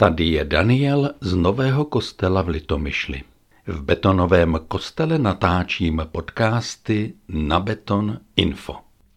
Tady je Daniel z Nového kostela v Litomyšli. V betonovém kostele natáčím podcasty Na Beton Info.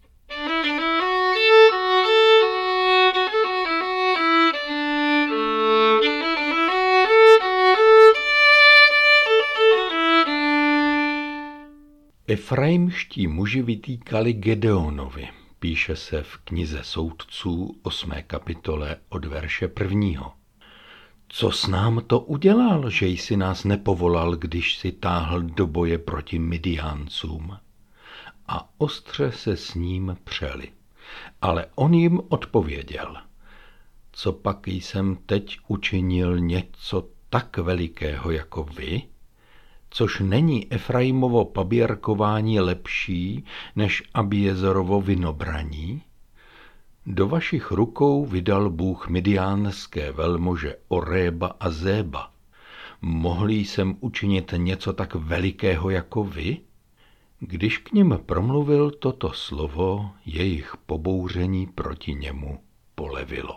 Efraimští muži vytýkali Gedeonovi, píše se v knize Soudců 8. kapitole od verše 1. Co s nám to udělal, že jsi nás nepovolal, když si táhl do boje proti Midiáncům? A ostře se s ním přeli. Ale on jim odpověděl: Co pak jsem teď učinil něco tak velikého jako vy? Což není Efraimovo paběrkování lepší, než Abiezorovo vinobraní? Do vašich rukou vydal Bůh midiánské velmože Oréba a Zéba. Mohli jsem učinit něco tak velikého jako vy? Když k nim promluvil toto slovo, jejich pobouření proti němu polevilo.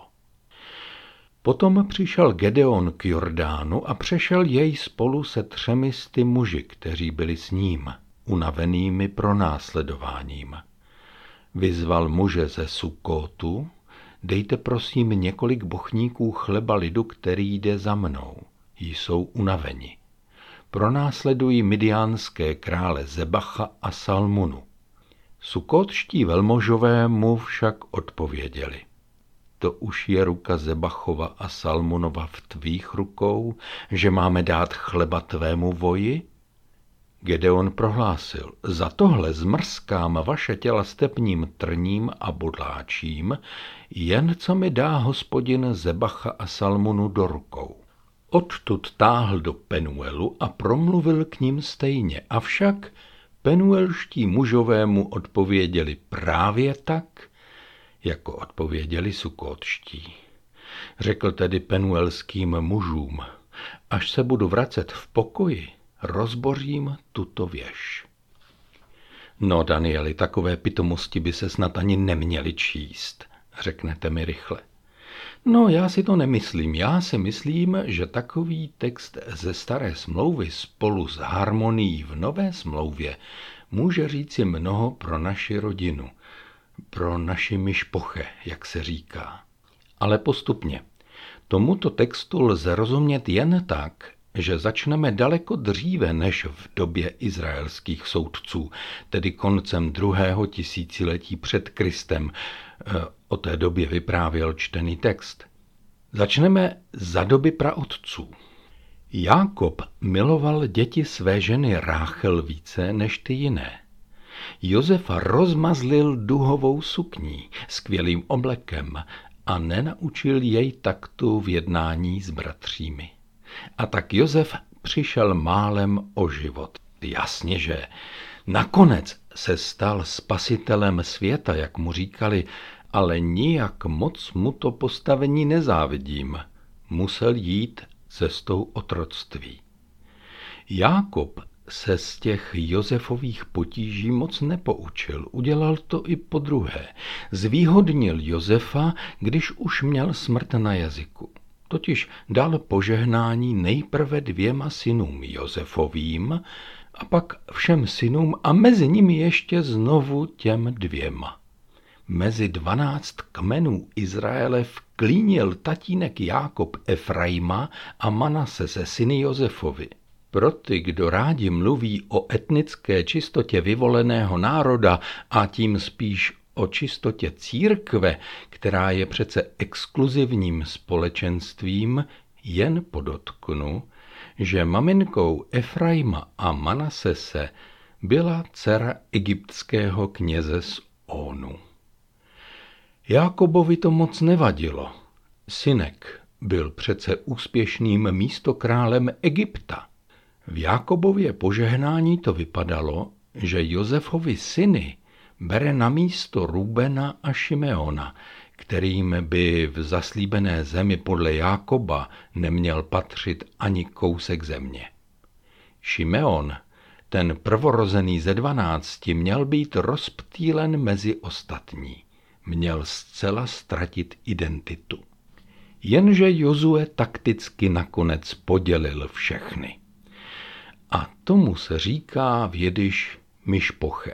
Potom přišel Gedeon k Jordánu a přešel jej spolu se 300 muži, kteří byli s ním, unavenými pronásledováním. Vyzval muže ze Sukotu: Dejte prosím několik bochníků chleba lidu, který jde za mnou. Jsou unaveni. Pronásledují midiánské krále Zebacha a Salmunu. Sukotští velmožové mu však odpověděli: To už je ruka Zebachova a Salmunova v tvých rukou, že máme dát chleba tvému voji? Gedeon prohlásil: Za tohle zmrskám vaše těla stepním trním a bodláčím, jen co mi dá Hospodin Zebacha a Salmunu do rukou. Odtud táhl do Penuelu a promluvil k ním stejně, avšak penuelští mužové mu odpověděli právě tak, jako odpověděli sukotští. Řekl tedy penuelským mužům: Až se budu vracet v pokoji, rozbořím tuto věž. No, Danieli, takové pitomosti by se snad ani neměli číst, řeknete mi rychle. No, já si to nemyslím. Já si myslím, že takový text ze staré smlouvy spolu s harmonií v nové smlouvě může říci mnoho pro naši rodinu, pro naši myšpoche, jak se říká. Ale postupně. Tomuto textu lze rozumět jen tak, že začneme daleko dříve než v době izraelských soudců, tedy koncem 2. tisíciletí před Kristem. O té době vyprávěl čtený text. Začneme za doby praotců. Jákob miloval děti své ženy Ráchel více než ty jiné. Josefa rozmazlil duhovou sukní, skvělým oblekem a nenaučil jej taktu v jednání s bratřími. A tak Josef přišel málem o život. Jasně, že nakonec se stal spasitelem světa, jak mu říkali, ale nijak moc mu to postavení nezávidím. Musel jít cestou otroctví. Jákob se z těch Josefových potíží moc nepoučil. Udělal to i podruhé. Zvýhodnil Josefa, když už měl smrt na jazyku. Totiž dal požehnání nejprve 2 synům Josefovým a pak všem synům a mezi nimi ještě znovu těm 2. Mezi 12 kmenů Izraele vklínil tatínek Jákob Efraima a Manase se syny Josefovi. Pro ty, kdo rádi mluví o etnické čistotě vyvoleného národa a tím spíš o čistotě církve, která je přece exkluzivním společenstvím, jen podotknu, že maminkou Efraima a Manasese byla dcera egyptského kněze z Ónu. Jákobovi to moc nevadilo. Synek byl přece úspěšným místokrálem Egypta. V Jákobově požehnání to vypadalo, že Josefovi syny bere na místo Rubena a Šimeona, kterým by v zaslíbené zemi podle Jákoba neměl patřit ani kousek země. Šimeon, ten prvorozený ze 12, měl být rozptýlen mezi ostatní. Měl zcela ztratit identitu. Jenže Jozue takticky nakonec podělil všechny. A tomu se říká v jidiš mišpoche.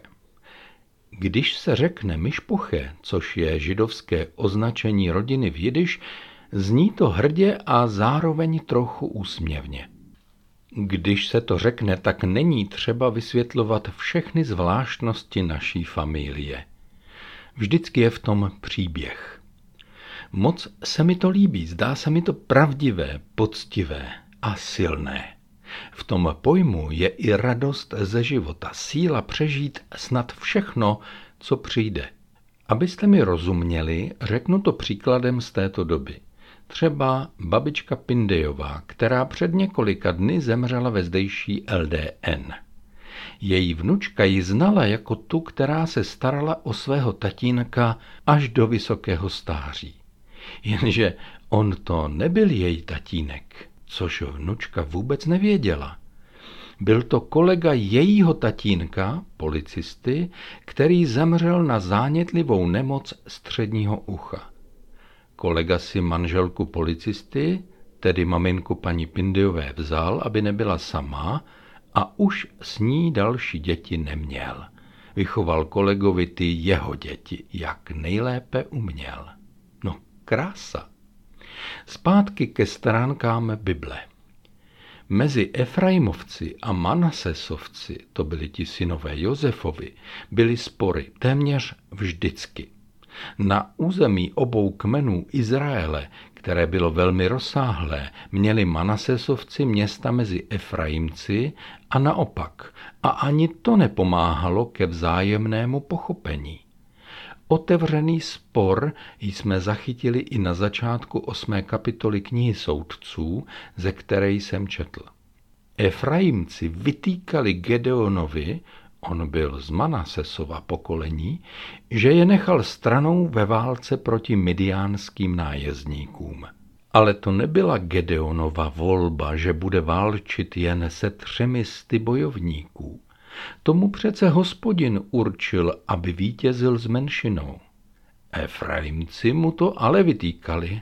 Když se řekne mišpoche, což je židovské označení rodiny v jidiš, zní to hrdě a zároveň trochu úsměvně. Když se to řekne, tak není třeba vysvětlovat všechny zvláštnosti naší familie. Vždycky je v tom příběh. Moc se mi to líbí, zdá se mi to pravdivé, poctivé a silné. V tom pojmu je i radost ze života, síla přežít snad všechno, co přijde. Abyste mi rozuměli, řeknu to příkladem z této doby. Třeba babička Pindejová, která před několika dny zemřela ve zdejší LDN. Její vnučka ji znala jako tu, která se starala o svého tatínka až do vysokého stáří. Jenže on to nebyl její tatínek, což vnučka vůbec nevěděla. Byl to kolega jejího tatínka, policisty, který zemřel na zánětlivou nemoc středního ucha. Kolega si manželku policisty, tedy maminku paní Pindejové, vzal, aby nebyla sama, a už s ní další děti neměl. Vychoval kolegovi ty jeho děti, jak nejlépe uměl. No, krása. Zpátky ke stránkám Bible. Mezi Efraimovci a Manasesovci, to byli ti synové Josefovi, byly spory téměř vždycky. Na území obou kmenů Izraele, které bylo velmi rozsáhlé, měli Manasesovci města mezi Efraimci a naopak, a ani to nepomáhalo ke vzájemnému pochopení. Otevřený spor jsme zachytili i na začátku 8. kapitoly knihy Soudců, ze které jsem četl. Efraimci vytýkali Gedeonovi, on byl z Manasesova pokolení, že je nechal stranou ve válce proti midiánským nájezdníkům. Ale to nebyla Gedeonova volba, že bude válčit jen se 300 bojovníků. Tomu přece Hospodin určil, aby vítězil s menšinou. Efraimci mu to ale vytýkali.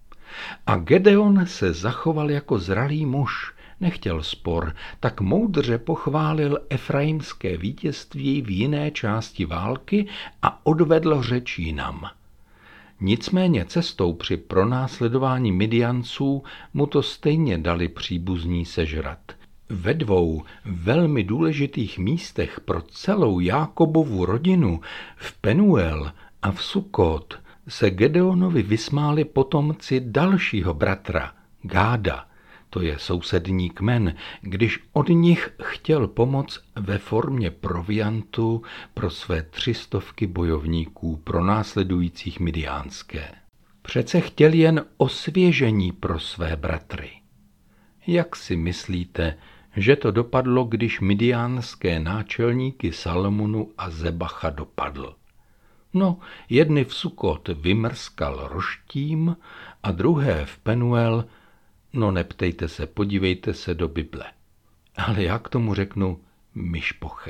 A Gedeon se zachoval jako zralý muž, nechtěl spor, tak moudře pochválil efraimské vítězství v jiné části války a odvedl řeč jinam. Nicméně cestou při pronásledování Midianců mu to stejně dali příbuzní sežrat. Ve 2 velmi důležitých místech pro celou Jákobovu rodinu, v Penuel a v Sukot, se Gedeonovi vysmáli potomci dalšího bratra, Gáda, to je sousední kmen, když od nich chtěl pomoc ve formě proviantu pro své 300 bojovníků pronásledujících midiánské. Přece chtěl jen osvěžení pro své bratry. Jak si myslíte, že to dopadlo, když midiánské náčelníky Salmunu a Zebacha dopadl? No, jedny v Sukot vymrskal roštím a druhé v Penuel. No neptejte se, podívejte se do Bible. Ale já k tomu řeknu mišpoche.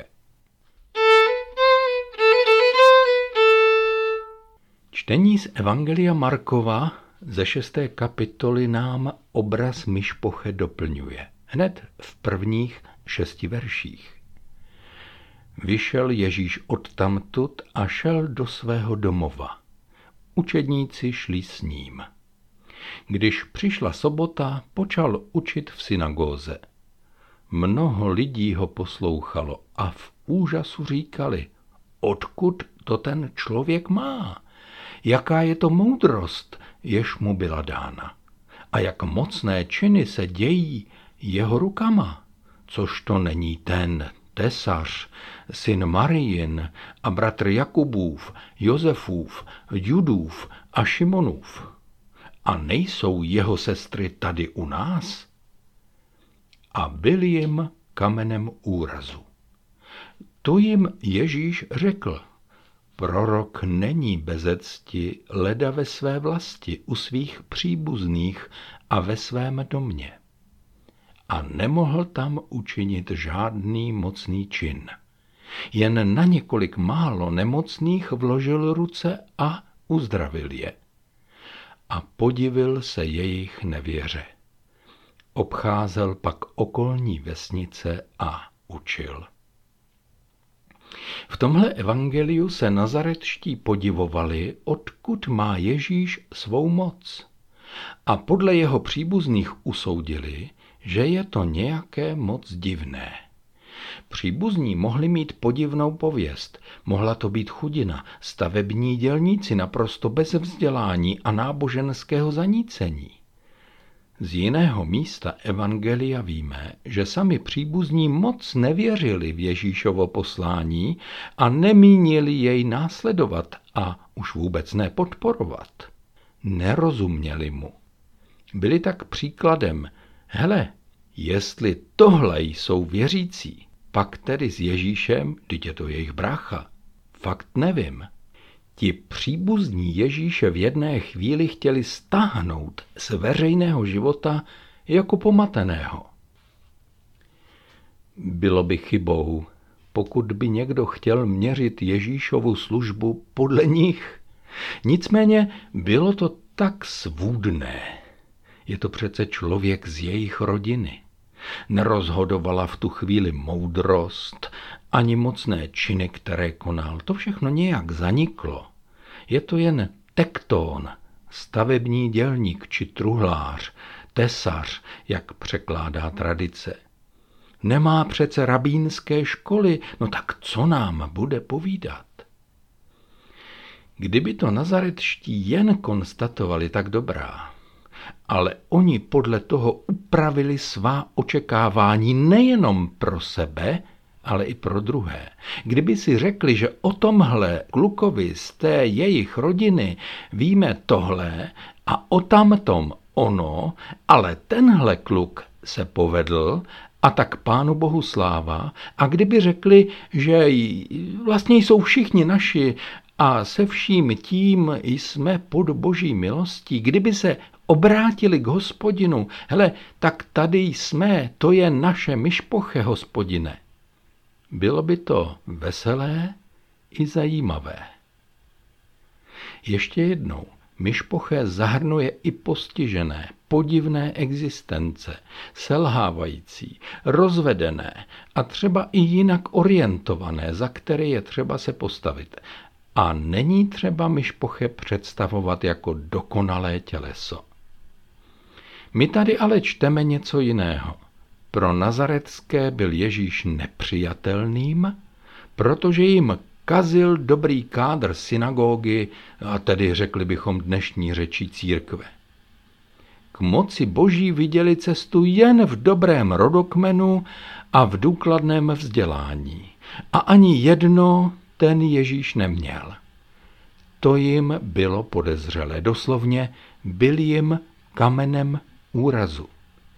Čtení z Evangelia Markova ze 6. kapitoly nám obraz mišpoche doplňuje. Hned v prvních 6 verších. Vyšel Ježíš odtamtud a šel do svého domova. Učedníci šli s ním. Když přišla sobota, počal učit v synagóze. Mnoho lidí ho poslouchalo a v úžasu říkali, odkud to ten člověk má? Jaká je to moudrost, jež mu byla dána? A jak mocné činy se dějí jeho rukama? Což to není ten tesař, syn Marijin a bratr Jakubův, Josefův, Judův a Šimonův. A nejsou jeho sestry tady u nás? A byl jim kamenem úrazu. Tu jim Ježíš řekl, prorok není beze cti, leda ve své vlasti, u svých příbuzných a ve svém domě. A nemohl tam učinit žádný mocný čin. Jen na několik málo nemocných vložil ruce a uzdravil je. a podivil se jejich nevěře. Obcházel pak okolní vesnice a učil. V tomhle evangeliu se nazaretští podivovali, odkud má Ježíš svou moc. A podle jeho příbuzných usoudili, že je to nějaké moc divné. Příbuzní mohli mít podivnou pověst, mohla to být chudina, stavební dělníci naprosto bez vzdělání a náboženského zanícení. Z jiného místa evangelia víme, že sami příbuzní moc nevěřili v Ježíšovo poslání a nemínili jej následovat a už vůbec ne podporovat. Nerozuměli mu. Byli tak příkladem, hele, jestli tohle jsou věřící, pak tedy s Ježíšem, vždyť je to jejich brácha, fakt nevím. Ti příbuzní Ježíše v jedné chvíli chtěli stáhnout z veřejného života jako pomateného. Bylo by chybou, pokud by někdo chtěl měřit Ježíšovu službu podle nich. Nicméně bylo to tak svůdné. Je to přece člověk z jejich rodiny. Nerozhodovala v tu chvíli moudrost, ani mocné činy, které konal. To všechno nějak zaniklo. Je to jen tektón, stavební dělník či truhlář, tesař, jak překládá tradice. Nemá přece rabínské školy, no tak co nám bude povídat? Kdyby to nazaretští jen konstatovali, tak dobrá. Ale oni podle toho upravili svá očekávání nejenom pro sebe, ale i pro druhé. Kdyby si řekli, že o tomhle klukovi z té jejich rodiny víme tohle a o tamtom ono, ale tenhle kluk se povedl a tak Pánu Bohu sláva, a kdyby řekli, že vlastně jsou všichni naši a se vším tím jsme pod Boží milostí, kdyby se obrátili k Hospodinu, hele, tak tady jsme, to je naše myšpoche, Hospodine. Bylo by to veselé i zajímavé. Ještě jednou, myšpoche zahrnuje i postižené, podivné existence, selhávající, rozvedené a třeba i jinak orientované, za které je třeba se postavit. A není třeba myšpoche představovat jako dokonalé těleso. My tady ale čteme něco jiného. Pro nazaretské byl Ježíš nepřijatelným, protože jim kazil dobrý kádr synagogy, a tedy řekli bychom dnešní řečí církve. K moci Boží viděli cestu jen v dobrém rodokmenu a v důkladném vzdělání. A ani jedno ten Ježíš neměl. To jim bylo podezřelé, doslovně byl jim kamenem úrazu.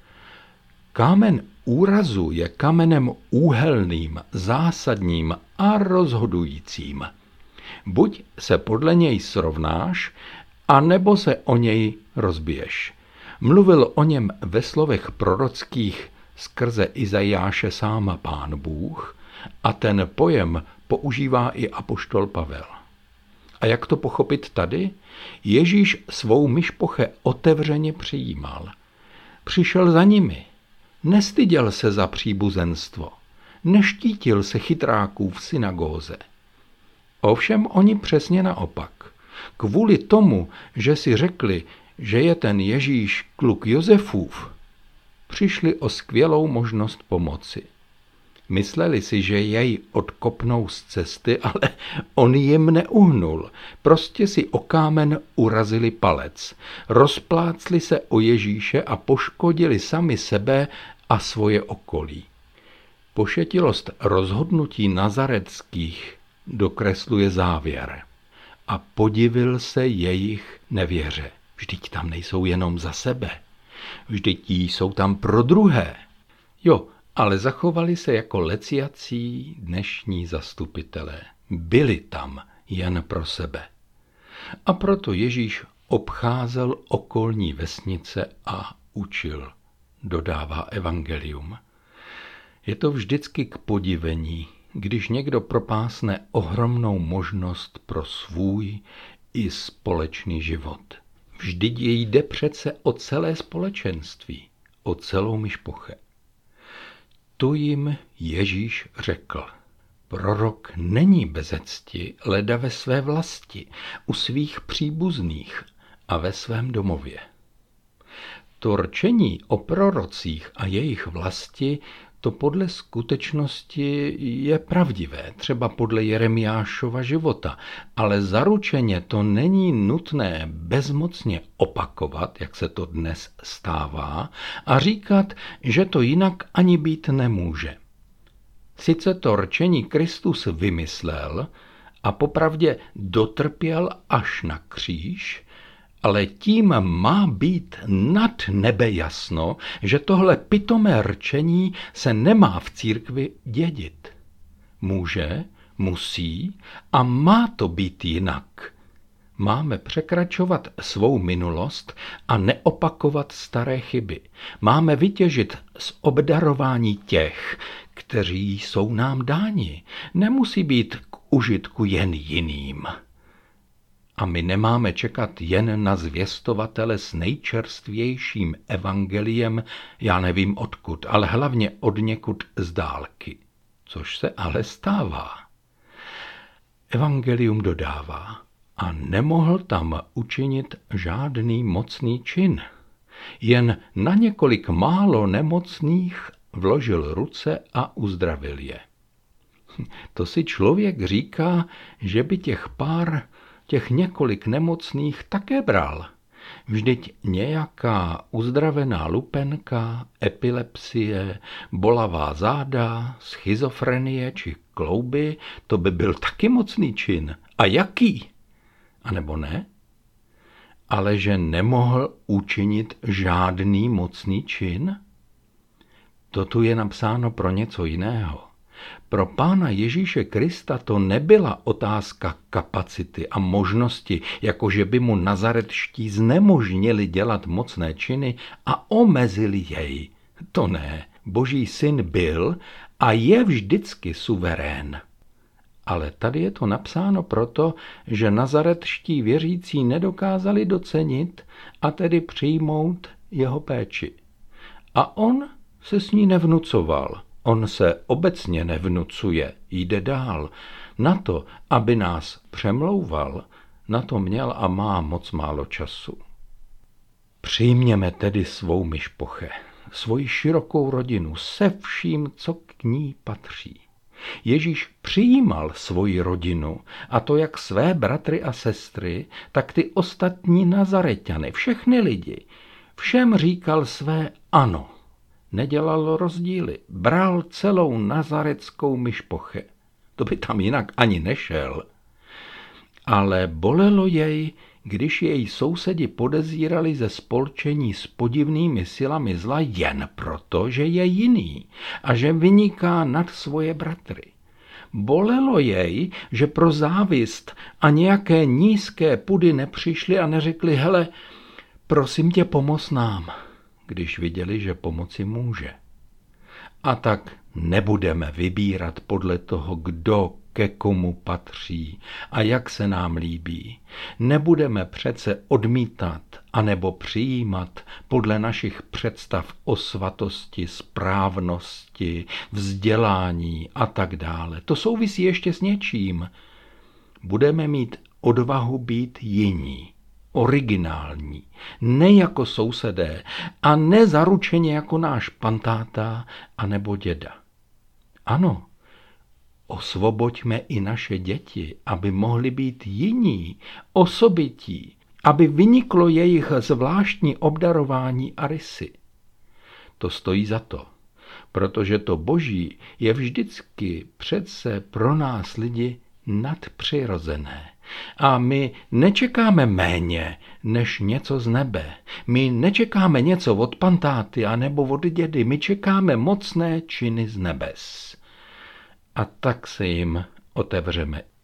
Kámen úrazu je kamenem úhelným, zásadním a rozhodujícím. Buď se podle něj srovnáš, anebo se o něj rozbiješ. Mluvil o něm ve slovech prorockých skrze Izajáše sám Pán Bůh a ten pojem používá i apoštol Pavel. A jak to pochopit tady? Ježíš svou myšpoche otevřeně přijímal. Přišel za nimi. Nestyděl se za příbuzenstvo. Neštítil se chytráků v synagóze. Ovšem oni přesně naopak. Kvůli tomu, že si řekli, že je ten Ježíš kluk Josefův, přišli o skvělou možnost pomoci. Mysleli si, že jej odkopnou z cesty, ale on jim neuhnul. Prostě si o kámen urazili palec. Rozplácli se o Ježíše a poškodili sami sebe a svoje okolí. Pošetilost rozhodnutí nazaretských dokresluje závěr. A podivil se jejich nevěře. Vždyť tam nejsou jenom za sebe. Vždyť jsou tam pro druhé. Jo, ale zachovali se jako leciací dnešní zastupitelé. Byli tam jen pro sebe. A proto Ježíš obcházel okolní vesnice a učil, dodává evangelium. Je to vždycky k podivení, když někdo propásne ohromnou možnost pro svůj i společný život. Vždyť jde přece o celé společenství, o celou myšpoche. Tu jim Ježíš řekl: prorok není beze cti, leda ve své vlasti, u svých příbuzných a ve svém domově. To rčení o prorocích a jejich vlasti, to podle skutečnosti je pravdivé, třeba podle Jeremiášova života, ale zaručeně to není nutné bezmocně opakovat, jak se to dnes stává, a říkat, že to jinak ani být nemůže. Sice to rčení Kristus vymyslel a popravdě dotrpěl až na kříž, ale tím má být nad nebe jasno, že tohle pitomé rčení se nemá v církvi dědit. Může, musí a má to být jinak. Máme překračovat svou minulost a neopakovat staré chyby. Máme vytěžit z obdarování těch, kteří jsou nám dáni. Nemusí být k užitku jen jiným. A my nemáme čekat jen na zvěstovatele s nejčerstvějším evangeliem, já nevím odkud, ale hlavně odněkud z dálky. Což se ale stává. Evangelium dodává: a nemohl tam učinit žádný mocný čin. Jen na několik málo nemocných vložil ruce a uzdravil je. To si člověk říká, že by těch několik nemocných také bral. Vždyť nějaká uzdravená lupenka, epilepsie, bolavá záda, schizofrenie či klouby, to by byl taky mocný čin. A jaký? A nebo ne? Ale že nemohl učinit žádný mocný čin? To tu je napsáno pro něco jiného. Pro Pána Ježíše Krista to nebyla otázka kapacity a možnosti, jakože by mu nazaretští znemožnili dělat mocné činy a omezili jej. To ne, Boží syn byl a je vždycky suverén. Ale tady je to napsáno proto, že nazaretští věřící nedokázali docenit a tedy přijmout jeho péči. A on se s ní nevnucoval. On se obecně nevnucuje, jde dál. Na to, aby nás přemlouval, na to měl a má moc málo času. Přijměme tedy svou myšpoche, svoji širokou rodinu se vším, co k ní patří. Ježíš přijímal svoji rodinu, a to jak své bratry a sestry, tak ty ostatní Nazareťany, všechny lidi. Všem říkal své ano. Nedělal rozdíly, bral celou nazareckou myšpoche. To by tam jinak ani nešel. Ale bolelo jej, když jej sousedi podezírali ze spolčení s podivnými silami zla jen proto, že je jiný a že vyniká nad svoje bratry. Bolelo jej, že pro závist a nějaké nízké pudy nepřišli a neřekli: hele, prosím tě, pomoz nám, když viděli, že pomoci může. A tak nebudeme vybírat podle toho, kdo ke komu patří a jak se nám líbí. Nebudeme přece odmítat anebo přijímat podle našich představ o svatosti, správnosti, vzdělání a tak dále. To souvisí ještě s něčím. Budeme mít odvahu být jiní, originální, ne jako sousedé a nezaručeně jako náš pantáta anebo děda. Ano, osvoboďme i naše děti, aby mohli být jiní, osobití, aby vyniklo jejich zvláštní obdarování a rysy. To stojí za to, protože to Boží je vždycky přece pro nás lidi nadpřirozené. A my nečekáme méně než něco z nebe. My nečekáme něco od pantáty anebo od dědy. My čekáme mocné činy z nebes. A tak se jim otevřeme